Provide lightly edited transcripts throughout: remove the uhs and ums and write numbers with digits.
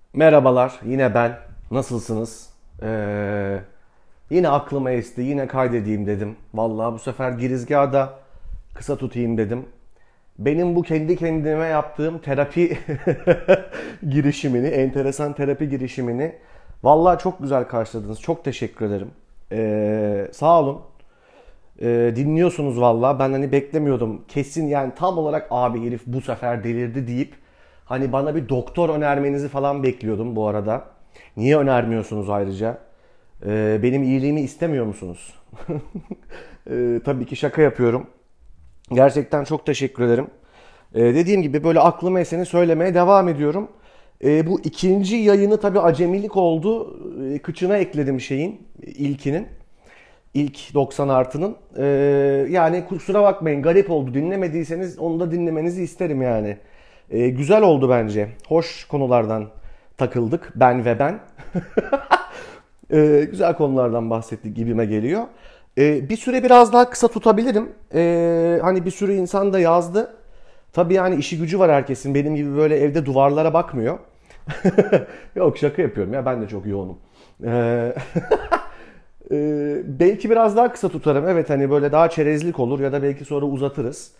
Merhabalar, yine ben. Nasılsınız? Yine aklıma esti, yine kaydedeyim dedim. Vallahi bu sefer girizgahı da kısa tutayım dedim. Benim bu kendi kendime yaptığım terapi girişimini, enteresan terapi girişimini vallahi çok güzel karşıladınız. Çok teşekkür ederim. Sağ olun. Dinliyorsunuz vallahi. Ben hani beklemiyordum. Kesin yani tam olarak abi herif bu sefer delirdi deyip hani bana bir doktor önermenizi falan bekliyordum bu arada. Niye önermiyorsunuz ayrıca? Benim iyiliğimi istemiyor musunuz? Tabii ki şaka yapıyorum. Gerçekten çok teşekkür ederim. Dediğim gibi böyle aklıma eseni söylemeye devam ediyorum. Bu ikinci yayını tabii acemilik oldu. Kıçına ekledim şeyin, ilkinin. İlk 90 artının. Yani kusura bakmayın garip oldu. Dinlemediyseniz onu da dinlemenizi isterim yani. Güzel oldu bence. Hoş konulardan takıldık. Ben ve ben. Güzel konulardan bahsettik gibime geliyor. Bir süre biraz daha kısa tutabilirim. Hani bir sürü insan da yazdı. Tabii yani işi gücü var herkesin. Benim gibi böyle evde duvarlara bakmıyor. Yok şaka yapıyorum ya ben de çok yoğunum. Ee, belki biraz daha kısa tutarım. Evet hani böyle daha çerezlik olur ya da belki sonra uzatırız.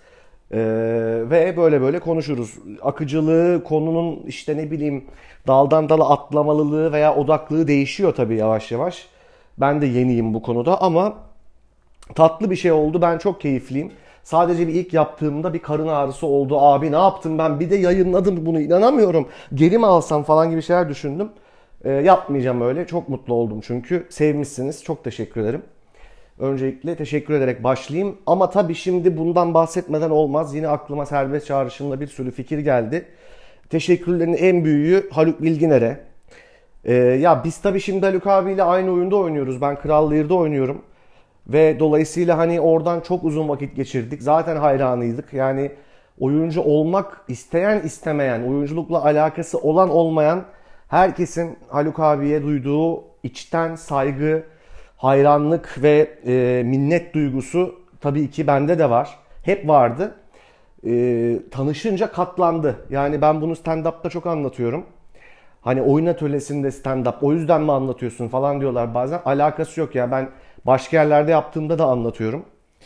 Ve böyle böyle konuşuruz. Akıcılığı, konunun işte ne bileyim daldan dala atlamalılığı veya odaklığı değişiyor tabii yavaş yavaş. Ben de yeniyim bu konuda ama tatlı bir şey oldu. Ben çok keyifliyim. Sadece bir ilk yaptığımda bir karın ağrısı oldu. Abi ne yaptım ben? Bir de yayınladım bunu inanamıyorum. Geri mi alsam falan gibi şeyler düşündüm. Yapmayacağım öyle. Çok mutlu oldum çünkü. Sevmişsiniz. Çok teşekkür ederim. Öncelikle teşekkür ederek başlayayım. Ama tabii şimdi bundan bahsetmeden olmaz. Yine aklıma serbest çağrışımla bir sürü fikir geldi. Teşekkürlerin en büyüğü Haluk Bilginer'e. Ya biz tabii şimdi Haluk abiyle aynı oyunda oynuyoruz. Ben Kral Lear'da oynuyorum. Ve dolayısıyla hani oradan çok uzun vakit geçirdik. Zaten hayranıydık. Yani oyuncu olmak isteyen istemeyen, oyunculukla alakası olan olmayan herkesin Haluk abiye duyduğu içten saygı, hayranlık ve minnet duygusu tabii ki bende de var. Hep vardı. Tanışınca katlandı. Yani ben bunu stand-up'ta çok anlatıyorum. Hani oyun atölyesinde stand-up o yüzden mi anlatıyorsun falan diyorlar bazen. Alakası yok ya ben başka yerlerde yaptığımda da anlatıyorum.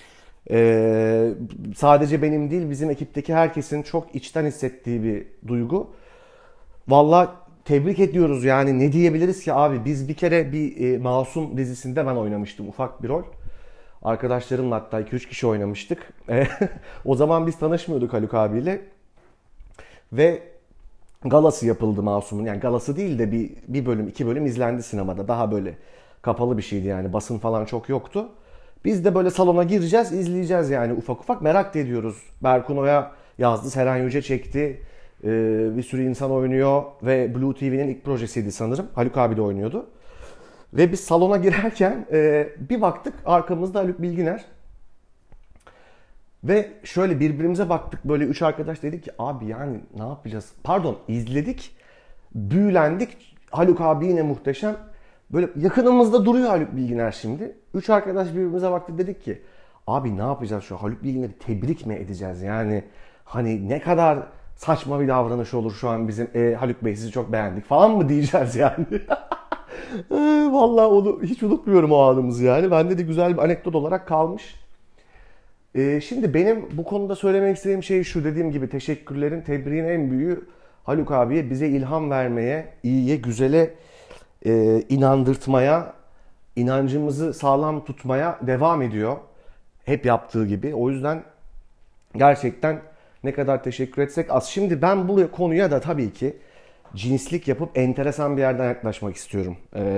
Ee, Sadece benim değil bizim ekipteki herkesin çok içten hissettiği bir duygu. Valla tebrik ediyoruz yani ne diyebiliriz ki abi biz bir kere bir Masum dizisinde ben oynamıştım ufak bir rol. Arkadaşlarımla hatta 2-3 kişi oynamıştık. O zaman biz tanışmıyorduk Haluk abiyle. Ve galası yapıldı Masum'un. Yani galası değil de bir bölüm, iki bölüm izlendi sinemada. Daha böyle kapalı bir şeydi yani. Basın falan çok yoktu. Biz de böyle salona gireceğiz, izleyeceğiz yani ufak ufak. Merak da ediyoruz. Berkun Oya yazdı, Seren Yüce çekti. Bir sürü insan oynuyor ve Blue TV'nin ilk projesiydi sanırım. Haluk abi de oynuyordu. Ve biz salona girerken bir baktık arkamızda Haluk Bilginer. Ve şöyle birbirimize baktık böyle üç arkadaş dedik ki abi yani ne yapacağız? Pardon izledik, büyülendik. Haluk abi yine muhteşem. Böyle yakınımızda duruyor Haluk Bilginer şimdi. Üç arkadaş birbirimize baktık dedik ki abi ne yapacağız şu Haluk Bilginer'i tebrik mi edeceğiz? Yani hani ne kadar saçma bir davranış olur şu an bizim Haluk Bey sizi çok beğendik falan mı diyeceğiz yani. Vallahi onu hiç unutmuyorum o anımızı yani. Bende de güzel bir anekdot olarak kalmış. Şimdi benim bu konuda söylemek istediğim şey şu dediğim gibi teşekkürlerin, tebriğin en büyüğü Haluk abiye bize ilham vermeye, iyiye, güzele inandırtmaya, inancımızı sağlam tutmaya devam ediyor. Hep yaptığı gibi. O yüzden gerçekten ne kadar teşekkür etsek az. Şimdi ben bu konuya da tabii ki cinslik yapıp enteresan bir yerden yaklaşmak istiyorum.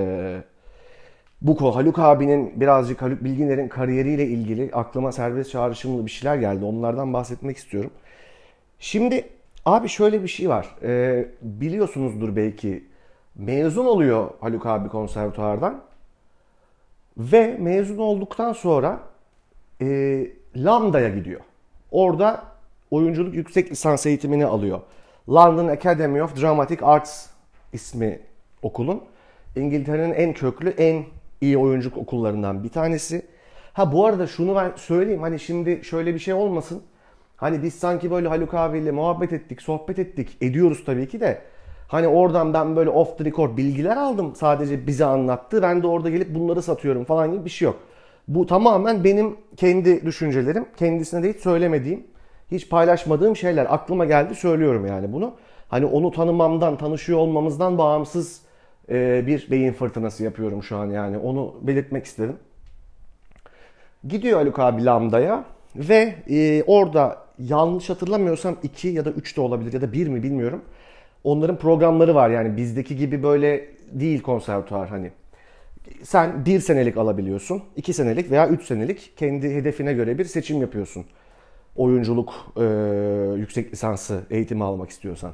Bu konu Haluk abinin birazcık Haluk Bilginer'in kariyeriyle ilgili aklıma serbest çağrışımlı bir şeyler geldi. Onlardan bahsetmek istiyorum. Şimdi abi şöyle bir şey var. Biliyorsunuzdur belki mezun oluyor Haluk abi konservatuvardan ve mezun olduktan sonra Lambda'ya gidiyor. Orada oyunculuk yüksek lisans eğitimini alıyor. London Academy of Dramatic Arts ismi okulun. İngiltere'nin en köklü, en iyi oyunculuk okullarından bir tanesi. Ha bu arada şunu ben söyleyeyim. Hani şimdi şöyle bir şey olmasın. Hani biz sanki böyle Haluk abiyle muhabbet ettik, sohbet ettik. Ediyoruz tabii ki de. Hani oradan ben böyle off the record bilgiler aldım. Sadece bize anlattı. Ben de orada gelip bunları satıyorum falan gibi bir şey yok. Bu tamamen benim kendi düşüncelerim. Kendisine de hiç söylemediğim, hiç paylaşmadığım şeyler. Aklıma geldi söylüyorum yani bunu. Hani onu tanımamdan, tanışıyor olmamızdan bağımsız bir beyin fırtınası yapıyorum şu an yani. Onu belirtmek istedim. Gidiyor Haluk abi Lambda'ya ve orada yanlış hatırlamıyorsam 2 ya da 3 de olabilir ya da bir mi bilmiyorum. Onların programları var yani bizdeki gibi böyle değil konservatuar hani. Sen 1 senelik alabiliyorsun, 2 senelik veya 3 senelik kendi hedefine göre bir seçim yapıyorsun. Oyunculuk yüksek lisansı eğitimi almak istiyorsan.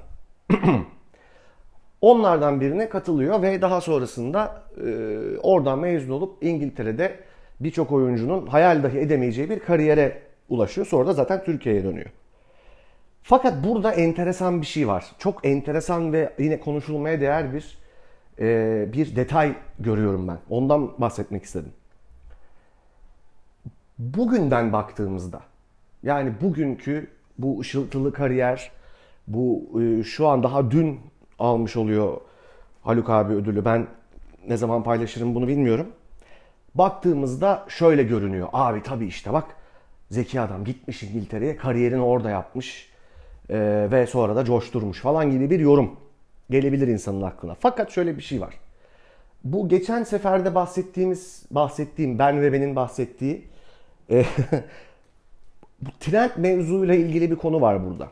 Onlardan birine katılıyor ve daha sonrasında oradan mezun olup İngiltere'de birçok oyuncunun hayal dahi edemeyeceği bir kariyere ulaşıyor. Sonra da zaten Türkiye'ye dönüyor. Fakat burada enteresan bir şey var. Çok enteresan ve yine konuşulmaya değer bir detay görüyorum ben. Ondan bahsetmek istedim. Bugünden baktığımızda, yani bugünkü bu ışıltılı kariyer, bu şu an daha dün almış oluyor Haluk abi ödülü. Ben ne zaman paylaşırım bunu bilmiyorum. Baktığımızda şöyle görünüyor. Abi tabii işte bak zeki adam gitmiş İngiltere'ye kariyerini orada yapmış ve sonra da coşturmuş falan gibi bir yorum gelebilir insanın aklına. Fakat şöyle bir şey var. Bu geçen seferde bahsettiğim ben ve benim bahsettiği bu trend mevzuyla ilgili bir konu var burada.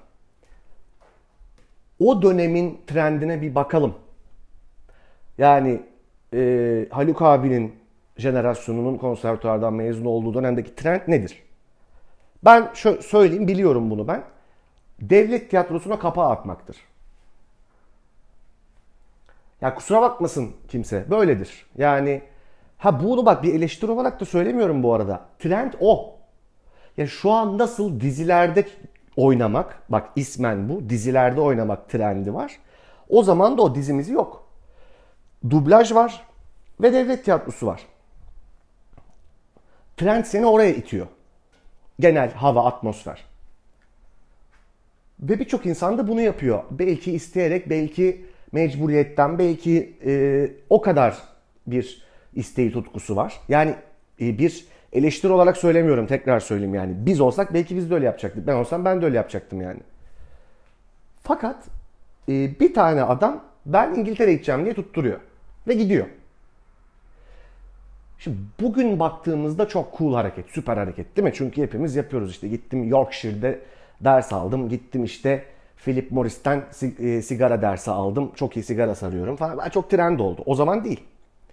O dönemin trendine bir bakalım. Yani Haluk abinin jenerasyonunun konservatuardan mezun olduğu dönemdeki trend nedir? Ben söyleyeyim biliyorum bunu ben. Devlet tiyatrosuna kapağı atmaktır. Ya kusura bakmasın kimse. Böyledir. Yani bunu bak bir eleştiri olarak da söylemiyorum bu arada. Trend o. Ya şu an nasıl dizilerde oynamak, bak ismen bu, dizilerde oynamak trendi var. O zaman da o dizimizi yok. Dublaj var ve devlet tiyatrosu var. Trend seni oraya itiyor. Genel hava, atmosfer. Ve birçok insan da bunu yapıyor. Belki isteyerek, belki mecburiyetten, belki o kadar bir isteği, tutkusu var. Yani bir eleştiri olarak söylemiyorum, tekrar söyleyeyim yani. Biz olsak belki biz de öyle yapacaktık. Ben olsam ben de öyle yapacaktım yani. Fakat bir tane adam ben İngiltere'ye gideceğim diye tutturuyor. Ve gidiyor. Şimdi bugün baktığımızda çok cool hareket, süper hareket değil mi? Çünkü hepimiz yapıyoruz işte. Gittim Yorkshire'de ders aldım. Gittim işte Philip Morris'ten sigara dersi aldım. Çok iyi sigara sarıyorum falan. Çok trend oldu. O zaman değil.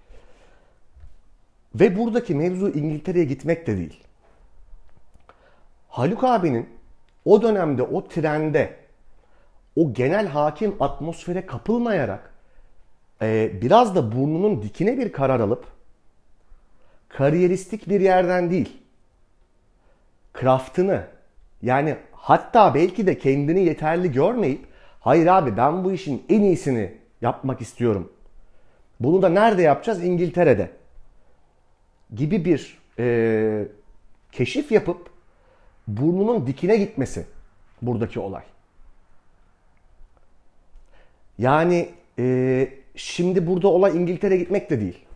Ve buradaki mevzu İngiltere'ye gitmek de değil. Haluk abinin o dönemde o trende o genel hakim atmosfere kapılmayarak biraz da burnunun dikine bir karar alıp kariyeristik bir yerden değil, craftını yani hatta belki de kendini yeterli görmeyip hayır abi ben bu işin en iyisini yapmak istiyorum. Bunu da nerede yapacağız? İngiltere'de. Gibi bir keşif yapıp burnunun dikine gitmesi buradaki olay. Yani şimdi burada olay İngiltere'ye gitmek de değil.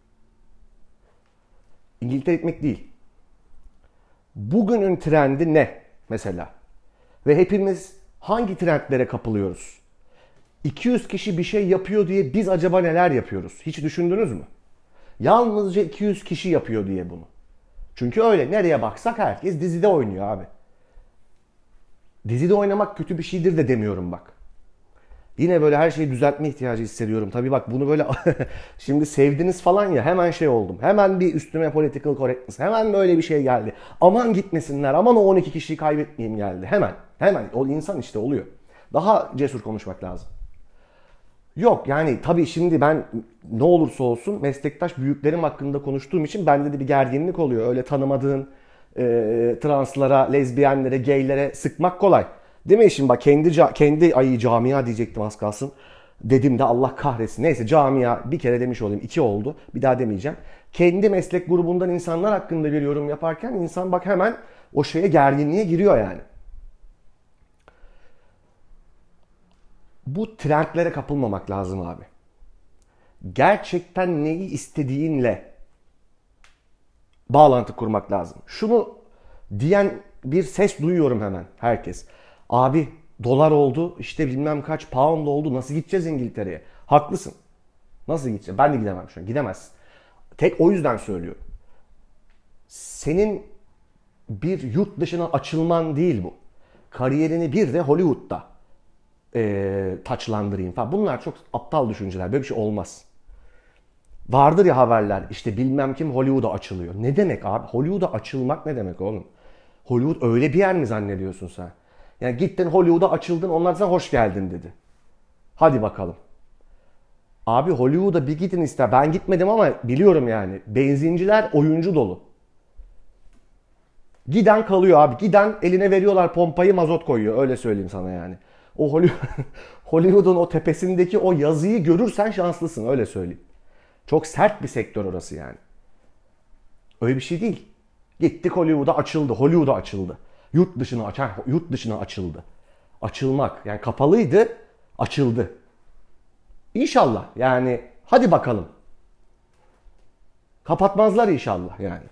İngiltere gitmek değil. Bugünün trendi ne mesela? Ve hepimiz hangi trendlere kapılıyoruz? 200 kişi bir şey yapıyor diye biz acaba neler yapıyoruz? Hiç düşündünüz mü? Yalnızca 200 kişi yapıyor diye bunu. Çünkü öyle nereye baksak herkes dizide oynuyor abi. Dizide oynamak kötü bir şeydir de demiyorum bak. Yine böyle her şeyi düzeltme ihtiyacı hissediyorum. Tabii bak bunu böyle şimdi sevdiniz falan ya hemen şey oldum. Hemen bir üstüme political correctness. Hemen böyle bir şey geldi. Aman gitmesinler. Aman o 12 kişiyi kaybetmeyeyim geldi. Hemen. Hemen. O insan işte oluyor. Daha cesur konuşmak lazım. Yok yani tabii şimdi ben ne olursa olsun meslektaş büyüklerim hakkında konuştuğum için bende de bir gerginlik oluyor. Öyle tanımadığın translara, lezbiyenlere, gaylere sıkmak kolay. Değil mi şimdi bak kendi ayı camia diyecektim az kalsın. Dedim de Allah kahretsin. Neyse camia bir kere demiş olayım. 2 oldu. Bir daha demeyeceğim. Kendi meslek grubundan insanlar hakkında bir yorum yaparken insan bak hemen o şeye gerginliğe giriyor yani. Bu trendlere kapılmamak lazım abi. Gerçekten neyi istediğinle bağlantı kurmak lazım. Şunu diyen bir ses duyuyorum hemen herkes. Abi dolar oldu, işte bilmem kaç pound oldu, nasıl gideceğiz İngiltere'ye? Haklısın. Nasıl gideceğiz? Ben de gidemem şu an. Gidemezsin. Tek o yüzden söylüyorum. Senin bir yurt dışına açılman değil bu. Kariyerini bir de Hollywood'da taçlandırayım falan. Bunlar çok aptal düşünceler. Böyle bir şey olmaz. Vardır ya haberler, işte bilmem kim Hollywood'a açılıyor. Ne demek abi? Hollywood'a açılmak ne demek oğlum? Hollywood öyle bir yer mi zannediyorsun sen? Yani gittin Hollywood'a açıldın, onlar sana hoş geldin dedi. Hadi bakalım. Abi Hollywood'a bir gidin ister. Ben gitmedim ama biliyorum yani. Benzinciler oyuncu dolu. Giden kalıyor abi. Giden eline veriyorlar pompayı, mazot koyuyor. Öyle söyleyeyim sana yani. O Hollywood'un o tepesindeki o yazıyı görürsen şanslısın. Öyle söyleyeyim. Çok sert bir sektör orası yani. Öyle bir şey değil. Gittik Hollywood'a açıldı. Hollywood'a açıldı. Yurt dışına açıldı. Açılmak. Yani kapalıydı, açıldı. İnşallah yani hadi bakalım. Kapatmazlar inşallah yani.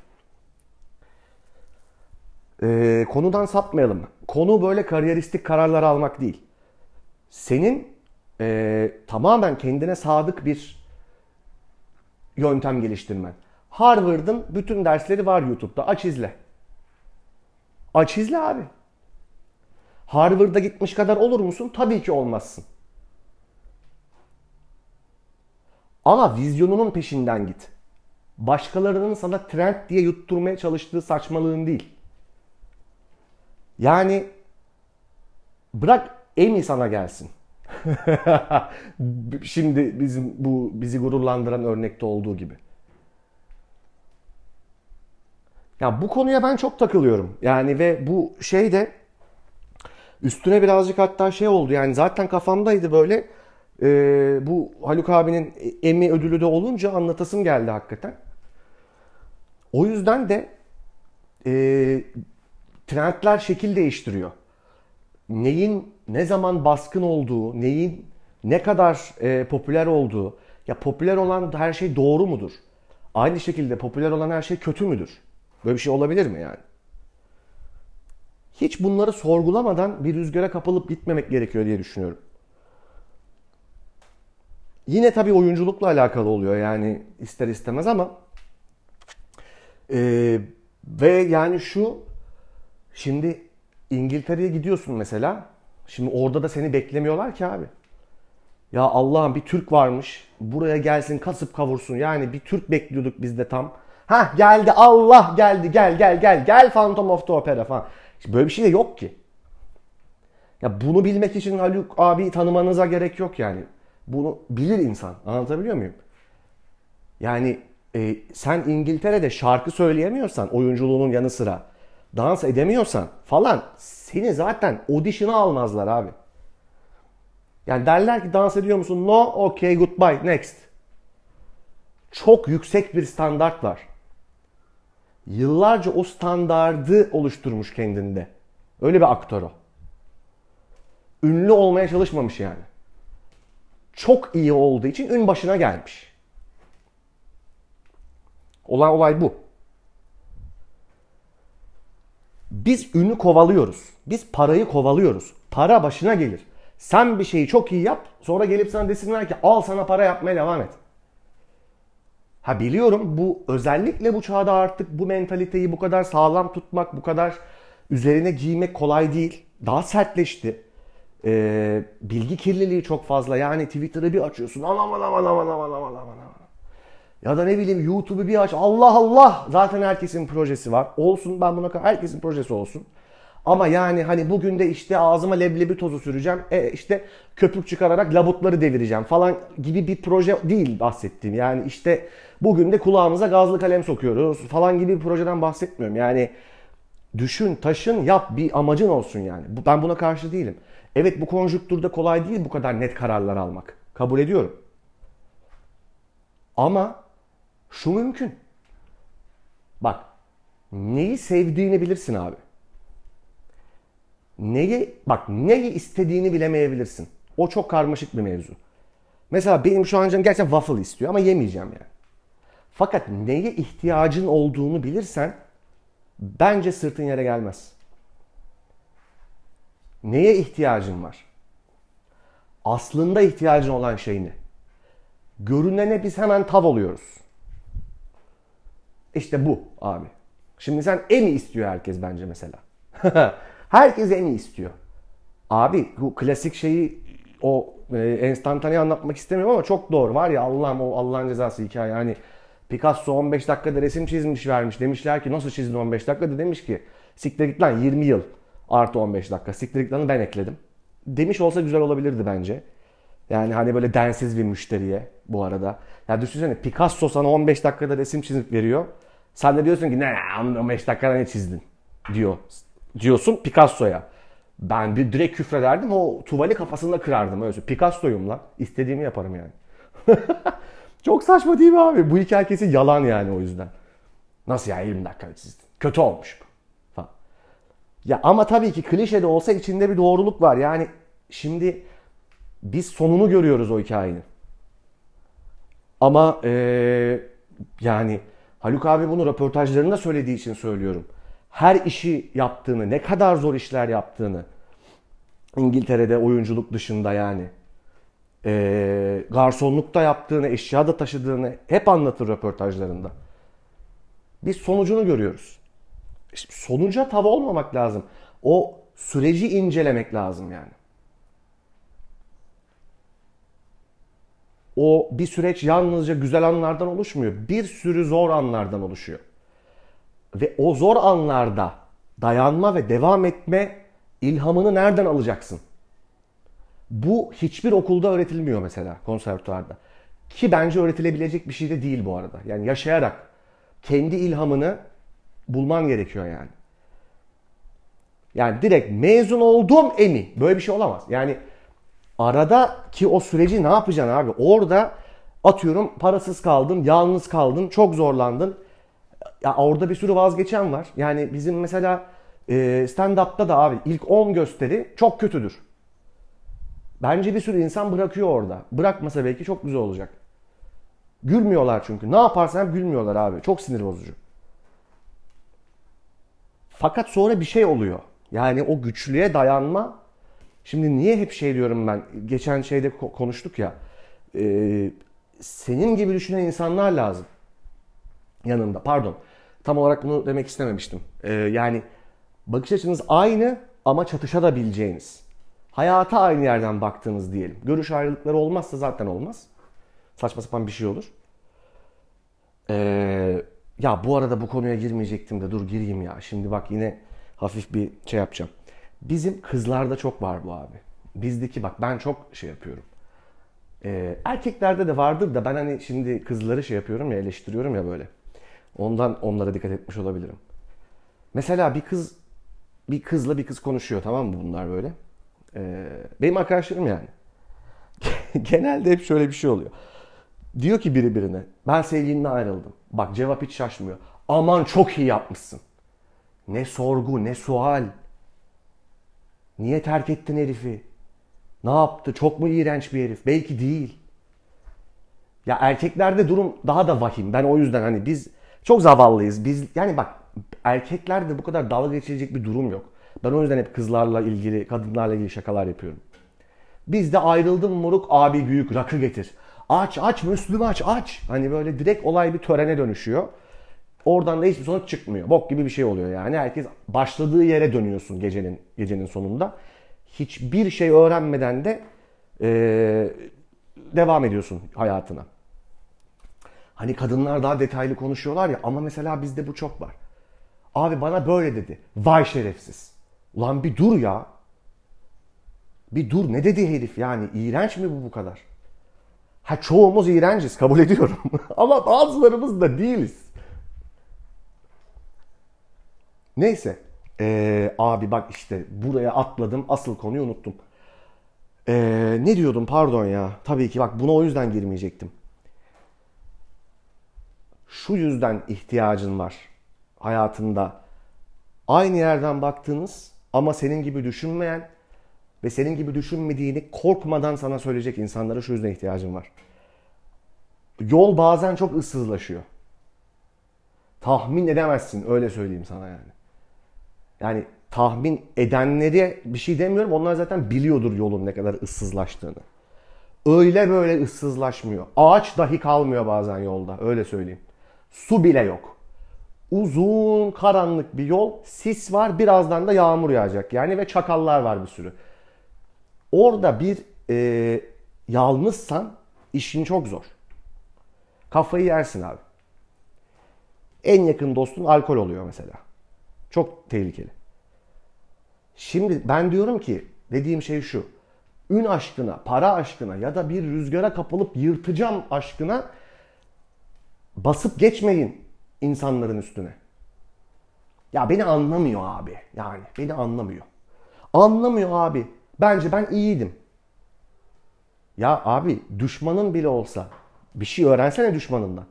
Konudan sapmayalım. Konu böyle kariyeristik kararlar almak değil. Senin tamamen kendine sadık bir yöntem geliştirmen. Harvard'ın bütün dersleri var YouTube'da. Aç izle. Aç izle abi. Harvard'a gitmiş kadar olur musun? Tabii ki olmazsın. Ama vizyonunun peşinden git. Başkalarının sana trend diye yutturmaya çalıştığı saçmalığın değil. Yani bırak Emmy sana gelsin. Şimdi bizim bu bizi gururlandıran örnekte olduğu gibi. Ya bu konuya ben çok takılıyorum. Yani ve bu şey de üstüne birazcık hatta şey oldu. Yani zaten kafamdaydı böyle. Bu Haluk abinin Emmy ödülü de olunca anlatasım geldi hakikaten. O yüzden de e, trendler şekil değiştiriyor. Neyin ne zaman baskın olduğu, neyin ne kadar popüler olduğu, ya popüler olan her şey doğru mudur? Aynı şekilde popüler olan her şey kötü müdür? Böyle bir şey olabilir mi yani? Hiç bunları sorgulamadan bir rüzgara kapılıp gitmemek gerekiyor diye düşünüyorum. Yine tabii oyunculukla alakalı oluyor yani ister istemez ama ve yani şimdi İngiltere'ye gidiyorsun mesela. Şimdi orada da seni beklemiyorlar ki abi. Ya Allah'ım bir Türk varmış. Buraya gelsin kasıp kavursun. Yani bir Türk bekliyorduk biz de tam. Ha geldi Allah geldi gel gel gel gel Phantom of the Opera falan. İşte böyle bir şey de yok ki. Ya bunu bilmek için Haluk abi tanımanıza gerek yok yani. Bunu bilir insan. Anlatabiliyor muyum? Yani sen İngiltere'de şarkı söyleyemiyorsan oyunculuğunun yanı sıra dans edemiyorsan falan seni zaten audition'a almazlar abi. Yani derler ki dans ediyor musun? No, okay, goodbye, next. Çok yüksek bir standart var. Yıllarca o standardı oluşturmuş kendinde. Öyle bir aktör o. Ünlü olmaya çalışmamış yani. Çok iyi olduğu için ün başına gelmiş. Olay bu. Biz ünü kovalıyoruz. Biz parayı kovalıyoruz. Para başına gelir. Sen bir şeyi çok iyi yap. Sonra gelip sana desinler ki al sana para yapmaya devam et. Ha biliyorum bu özellikle bu çağda artık bu mentaliteyi bu kadar sağlam tutmak, bu kadar üzerine giymek kolay değil. Daha sertleşti. Bilgi kirliliği çok fazla. Yani Twitter'ı bir açıyorsun. Aman aman aman aman aman aman. Ya da ne bileyim YouTube'u bir aç. Allah Allah. Zaten herkesin projesi var. Olsun ben buna herkesin projesi olsun. Ama yani hani bugün de işte ağzıma leblebi tozu süreceğim. İşte köpük çıkararak labutları devireceğim falan gibi bir proje değil bahsettiğim. Yani işte bugün de kulağımıza gazlı kalem sokuyoruz falan gibi bir projeden bahsetmiyorum. Yani düşün, taşın, yap bir amacın olsun yani. Ben buna karşı değilim. Evet bu konjüktürde kolay değil bu kadar net kararlar almak. Kabul ediyorum. Ama şu mümkün. Bak neyi sevdiğini bilirsin abi. Neyi istediğini bilemeyebilirsin. O çok karmaşık bir mevzu. Mesela benim şu an canım gerçekten waffle istiyor ama yemeyeceğim yani. Fakat neye ihtiyacın olduğunu bilirsen bence sırtın yere gelmez. Neye ihtiyacın var? Aslında ihtiyacın olan şey ne? Görünene biz hemen tav oluyoruz. İşte bu abi. Şimdi sen en iyi istiyor herkes bence mesela. Herkes en iyi istiyor. Abi bu klasik şeyi o enstantaneyi anlatmak istemiyorum ama çok doğru. Var ya Allah'ım o Allah'ın cezası hikaye. Yani Picasso 15 dakikada resim çizmiş vermiş. Demişler ki nasıl çizdin 15 dakikada? Demiş ki siktir git lan 20 yıl artı 15 dakika. Siktir git lanı ben ekledim. Demiş olsa güzel olabilirdi bence. Yani hani böyle densiz bir müşteriye bu arada. Ya düşünsene Picasso sana 15 dakikada resim çizip veriyor. Sen de diyorsun ki ne 15 dakikada ne çizdin diyorsun Picasso'ya. Ben bir direkt küfrederdim o tuvali kafasında kırardım öyle. Picasso'yum lan. İstediğimi yaparım yani. Çok saçma değil mi abi? Bu hikaye kesin yalan yani o yüzden. Nasıl ya 20 dakika çizdin? Kötü olmuş bu. Falan. Ya ama tabii ki klişe de olsa içinde bir doğruluk var. Yani şimdi biz sonunu görüyoruz o hikayenin. Ama yani Haluk abi bunu röportajlarında söylediği için söylüyorum. Her işi yaptığını, ne kadar zor işler yaptığını İngiltere'de oyunculuk dışında yani garsonlukta yaptığını, eşya da taşıdığını hep anlatır röportajlarında. Biz sonucunu görüyoruz. İşte sonuca tav olmamak lazım. O süreci incelemek lazım yani. O bir süreç yalnızca güzel anlardan oluşmuyor. Bir sürü zor anlardan oluşuyor. Ve o zor anlarda dayanma ve devam etme ilhamını nereden alacaksın? Bu hiçbir okulda öğretilmiyor mesela konservatuvarda. Ki bence öğretilebilecek bir şey de değil bu arada. Yani yaşayarak kendi ilhamını bulman gerekiyor yani. Yani direkt mezun oldum böyle bir şey olamaz. Yani aradaki o süreci ne yapacaksın abi? Orada atıyorum parasız kaldın, yalnız kaldın, çok zorlandın. Ya orada bir sürü vazgeçen var. Yani bizim mesela stand-up'ta da abi ilk 10 gösteri çok kötüdür. Bence bir sürü insan bırakıyor orada. Bırakmasa belki çok güzel olacak. Gülmüyorlar çünkü. Ne yaparsan gülmüyorlar abi. Çok sinir bozucu. Fakat sonra bir şey oluyor. Yani o güçlüğe dayanma. Şimdi niye hep şey diyorum ben. Geçen şeyde konuştuk ya. Senin gibi düşünen insanlar lazım. Yanında. Pardon. Tam olarak bunu demek istememiştim. Yani bakış açınız aynı ama çatışabileceğiniz. Hayata aynı yerden baktığınız diyelim. Görüş ayrılıkları olmazsa zaten olmaz. Saçma sapan bir şey olur. Ya bu arada bu konuya girmeyecektim de dur gireyim ya. Şimdi bak yine hafif bir şey yapacağım. Bizim kızlarda çok var bu abi. Bizdeki bak ben çok şey yapıyorum. Erkeklerde de vardır da ben hani şimdi kızları şey yapıyorum ya eleştiriyorum ya böyle. Ondan onlara dikkat etmiş olabilirim. Mesela bir kızla bir kız konuşuyor tamam mı bunlar böyle. Benim arkadaşlarım yani. Genelde hep şöyle bir şey oluyor. Diyor ki biri birine ben sevgilimle ayrıldım. Bak cevap hiç şaşmıyor. Aman çok iyi yapmışsın. Ne sorgu ne sual. Niye terk ettin herifi? Ne yaptı? Çok mu iğrenç bir herif? Belki değil. Ya erkeklerde durum daha da vahim. Ben o yüzden hani biz çok zavallıyız. Biz yani bak erkeklerde bu kadar dalga geçilecek bir durum yok. Ben o yüzden hep kızlarla ilgili, kadınlarla ilgili şakalar yapıyorum. Bizde ayrıldın moruk abi büyük rakı getir. Aç aç Müslüm aç. Hani böyle direkt olay bir törene dönüşüyor. Oradan da hiçbir sonuç çıkmıyor. Bok gibi bir şey oluyor yani. Herkes başladığı yere dönüyorsun gecenin sonunda. Hiçbir şey öğrenmeden de devam ediyorsun hayatına. Hani kadınlar daha detaylı konuşuyorlar ya ama mesela bizde bu çok var. Abi bana böyle dedi. Vay şerefsiz. Ulan bir dur ya. Bir dur ne dedi herif yani? İğrenç mi bu kadar? Ha çoğumuz iğrenciz kabul ediyorum. Ama bazılarımız da değiliz. Neyse. Abi bak işte buraya atladım. Asıl konuyu unuttum. Ne diyordum pardon ya. Tabii ki bak buna o yüzden girmeyecektim. Şu yüzden ihtiyacın var hayatında. Aynı yerden baktığınız ama senin gibi düşünmeyen ve senin gibi düşünmediğini korkmadan sana söyleyecek insanlara şu yüzden ihtiyacın var. Yol bazen çok ıssızlaşıyor. Tahmin edemezsin, öyle söyleyeyim sana yani. Yani tahmin edenlere bir şey demiyorum. Onlar zaten biliyordur yolun ne kadar ıssızlaştığını. Öyle böyle ıssızlaşmıyor. Ağaç dahi kalmıyor bazen yolda, öyle söyleyeyim. Su bile yok. Uzun karanlık bir yol, sis var, birazdan da yağmur yağacak yani ve çakallar var bir sürü. Orada bir yalnızsan işin çok zor. Kafayı yersin abi. En yakın dostun alkol oluyor mesela. Çok tehlikeli. Şimdi ben diyorum ki, dediğim şey şu. Ün aşkına, para aşkına ya da bir rüzgara kapılıp yırtacağım aşkına basıp geçmeyin insanların üstüne. Ya beni anlamıyor abi. Yani beni anlamıyor. Anlamıyor abi. Bence ben iyiydim. Ya abi düşmanın bile olsa bir şey öğrensene düşmanından.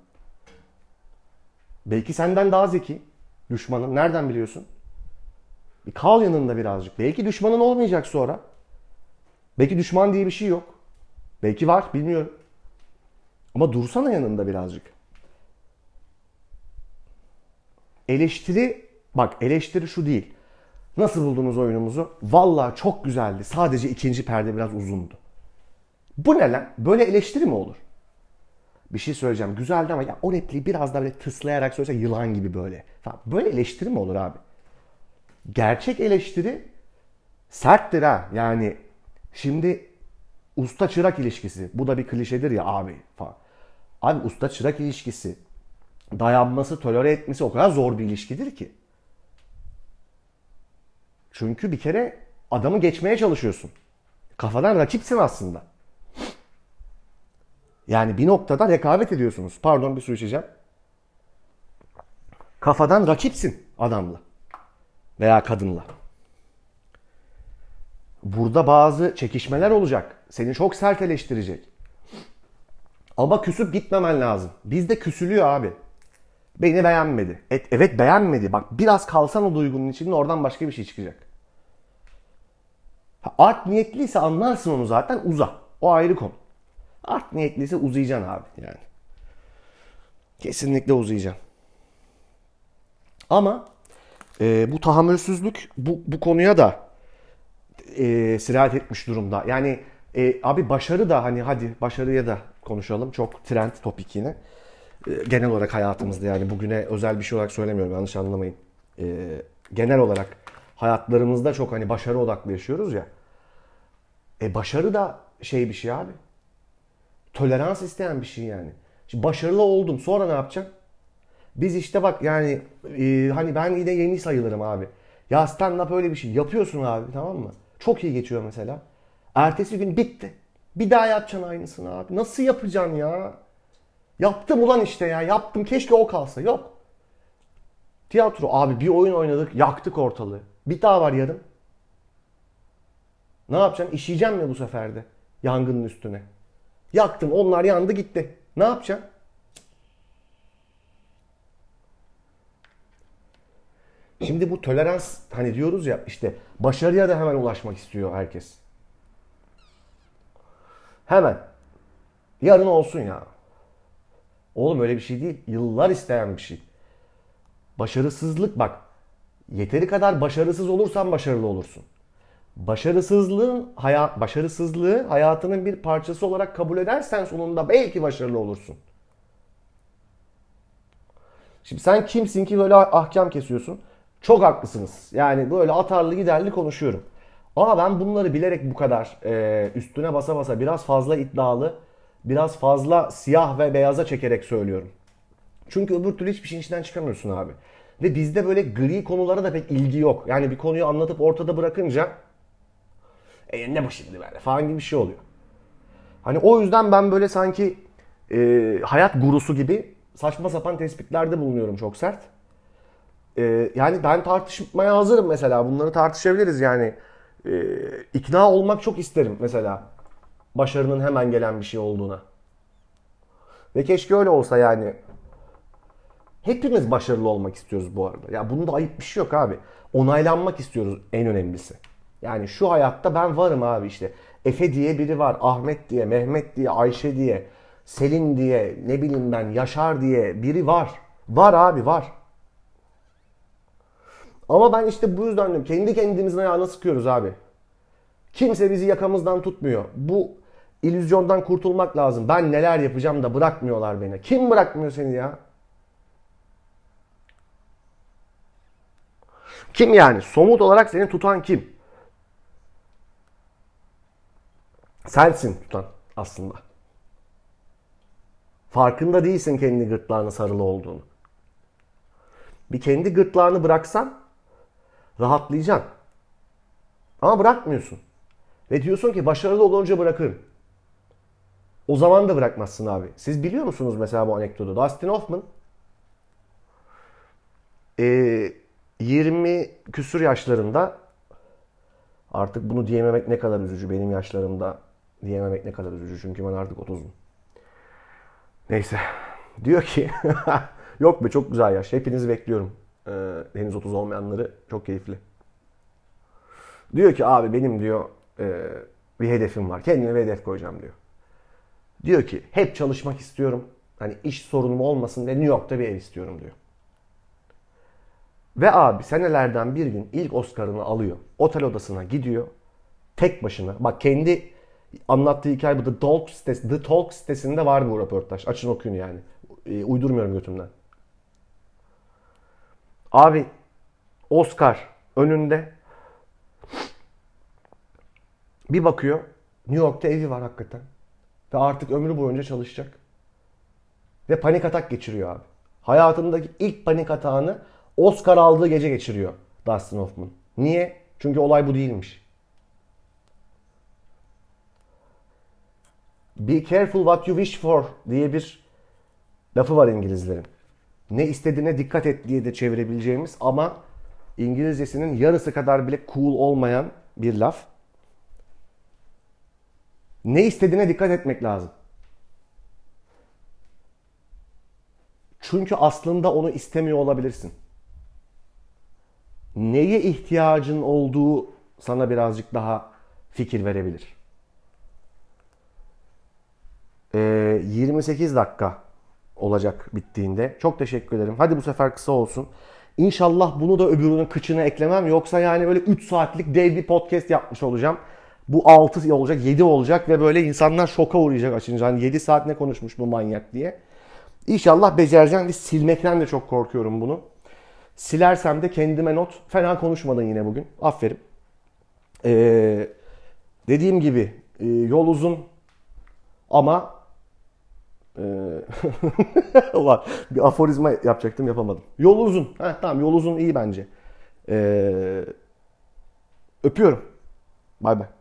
Belki senden daha zeki düşmanın. Nereden biliyorsun? Bir kal yanında birazcık. Belki düşmanın olmayacak sonra. Belki düşman diye bir şey yok. Belki var, bilmiyorum. Ama dursana yanında birazcık. Eleştiri, bak eleştiri şu değil. Nasıl buldunuz oyunumuzu? Vallahi çok güzeldi. Sadece ikinci perde biraz uzundu. Bu ne lan? Böyle eleştiri mi olur? Bir şey söyleyeceğim. Güzeldi ama ya o repliği biraz daha böyle tıslayarak söylese yılan gibi böyle. Böyle eleştiri mi olur abi? Gerçek eleştiri serttir ha. Yani şimdi usta çırak ilişkisi. Bu da bir klişedir ya abi falan. Abi usta çırak ilişkisi, dayanması, tolere etmesi o kadar zor bir ilişkidir ki. Çünkü bir kere adamı geçmeye çalışıyorsun. Kafadan rakipsin aslında. Yani bir noktada rekabet ediyorsunuz. Pardon, bir su içeceğim. Kafadan rakipsin adamla veya kadınla. Burada bazı çekişmeler olacak. Seni çok sert eleştirecek. Ama küsüp gitmemen lazım. Bizde küsülüyor abi. Beni beğenmedi. Evet beğenmedi. Bak biraz kalsan o duygunun içinde, oradan başka bir şey çıkacak. Art niyetliyse anlarsın onu zaten, uza. O ayrı konu. Art niyetliyse uzayacaksın abi yani. Kesinlikle uzayacaksın. Ama bu tahammülsüzlük bu konuya da sirayet etmiş durumda. Yani abi başarı da, hani hadi başarıya da konuşalım. Çok trend topik yine. Genel olarak hayatımızda, yani bugüne özel bir şey olarak söylemiyorum, yanlış anlamayın. Genel olarak hayatlarımızda çok hani başarı odaklı yaşıyoruz ya. Başarı da şey bir şey abi. Tolerans isteyen bir şey yani. Şimdi başarılı oldum, sonra ne yapacağım? Biz işte bak yani hani ben yine yeni sayılırım abi. Ya stand-up öyle bir şey. Yapıyorsun abi, tamam mı? Çok iyi geçiyor mesela. Ertesi gün bitti. Bir daha yapacaksın aynısını abi. Nasıl yapacaksın ya? Yaptım ulan işte ya. Yaptım, keşke o kalsa. Yok. Tiyatro abi, bir oyun oynadık. Yaktık ortalığı. Bir daha var yarın. Ne yapacaksın? İşeyeceksin mi bu sefer de? Yangının üstüne. Yaktın, onlar yandı gitti. Ne yapacaksın? Şimdi bu tolerans, hani diyoruz ya işte, başarıya da hemen ulaşmak istiyor herkes. Hemen. Yarın olsun ya. Oğlum öyle bir şey değil. Yıllar isteyen bir şey. Başarısızlık bak. Yeteri kadar başarısız olursan başarılı olursun. Başarısızlığı hayatının bir parçası olarak kabul edersen sonunda belki başarılı olursun. Şimdi sen kimsin ki böyle ahkam kesiyorsun? Çok haklısınız. Yani böyle atarlı giderli konuşuyorum. Ama ben bunları bilerek bu kadar üstüne basa basa, biraz fazla iddialı, biraz fazla siyah ve beyaza çekerek söylüyorum. Çünkü öbür türlü hiçbir şeyin içinden çıkamıyorsun abi. Ve bizde böyle gri konulara da pek ilgi yok. Yani bir konuyu anlatıp ortada bırakınca ne bu şimdi böyle falan gibi bir şey oluyor. Hani o yüzden ben böyle sanki hayat gurusu gibi saçma sapan tespitlerde bulunuyorum, çok sert. Yani ben tartışmaya hazırım mesela. Bunları tartışabiliriz yani. İkna olmak çok isterim mesela. Başarının hemen gelen bir şey olduğuna. Ve keşke öyle olsa yani. Hepimiz başarılı olmak istiyoruz bu arada. Ya bunda ayıp bir şey yok abi. Onaylanmak istiyoruz en önemlisi. Yani şu hayatta ben varım abi işte. Efe diye biri var. Ahmet diye, Mehmet diye, Ayşe diye, Selin diye, ne bileyim ben, Yaşar diye biri var. Var abi, var. Ama ben işte bu yüzden diyorum, kendi kendimizin ayağına sıkıyoruz abi. Kimse bizi yakamızdan tutmuyor. Bu illüzyondan kurtulmak lazım. Ben neler yapacağım da bırakmıyorlar beni. Kim bırakmıyor seni ya? Kim yani? Somut olarak seni tutan kim? Sensin tutan aslında. Farkında değilsin kendi gırtlağına sarılı olduğunu. Bir kendi gırtlağını bıraksan rahatlayacaksın. Ama bırakmıyorsun. Ve diyorsun ki başarılı olunca bırakırım. O zaman da bırakmazsın abi. Siz biliyor musunuz mesela bu anekdotu? Dustin Hoffman 20 küsür yaşlarında, artık bunu diyememek ne kadar üzücü, benim yaşlarımda diyememek ne kadar üzücü çünkü ben artık 30'um. Neyse. Diyor ki yok be, çok güzel yaş. Hepinizi bekliyorum. Henüz 30 olmayanları, çok keyifli. Diyor ki abi benim diyor bir hedefim var. Kendime bir hedef koyacağım diyor. Diyor ki hep çalışmak istiyorum. Hani iş sorunum olmasın ve New York'ta bir ev istiyorum diyor. Ve abi senelerden bir gün ilk Oscar'ını alıyor. Otel odasına gidiyor. Tek başına. Bak kendi anlattığı hikaye bu. The Talk sitesinde var bu röportaj. Açın okuyun yani. Uydurmuyorum götümden. Abi Oscar önünde, bir bakıyor New York'ta evi var hakikaten. Ve artık ömrü boyunca çalışacak. Ve panik atak geçiriyor abi. Hayatındaki ilk panik atağını Oscar aldığı gece geçiriyor Dustin Hoffman. Niye? Çünkü olay bu değilmiş. Be careful what you wish for diye bir lafı var İngilizlerin. Ne istediğine dikkat et diye de çevirebileceğimiz ama İngilizcesinin yarısı kadar bile cool olmayan bir laf. Ne istediğine dikkat etmek lazım. Çünkü aslında onu istemiyor olabilirsin. Neye ihtiyacın olduğu sana birazcık daha fikir verebilir. 28 dakika olacak bittiğinde. Çok teşekkür ederim. Hadi bu sefer kısa olsun. İnşallah bunu da öbürünün kıçına eklemem. Yoksa yani böyle 3 saatlik dev bir podcast yapmış olacağım. Bu 6 olacak, 7 olacak ve böyle insanlar şoka uğrayacak açınca. Hani 7 saat ne konuşmuş bu manyak diye. İnşallah becereceğim ve silmekten de çok korkuyorum bunu. Silersem de kendime not. Fena konuşmadın yine bugün. Aferin. Dediğim gibi yol uzun ama ulan bir aforizma yapacaktım, yapamadım. Yol uzun. Heh, tamam, yol uzun iyi bence. Öpüyorum. Bay bay.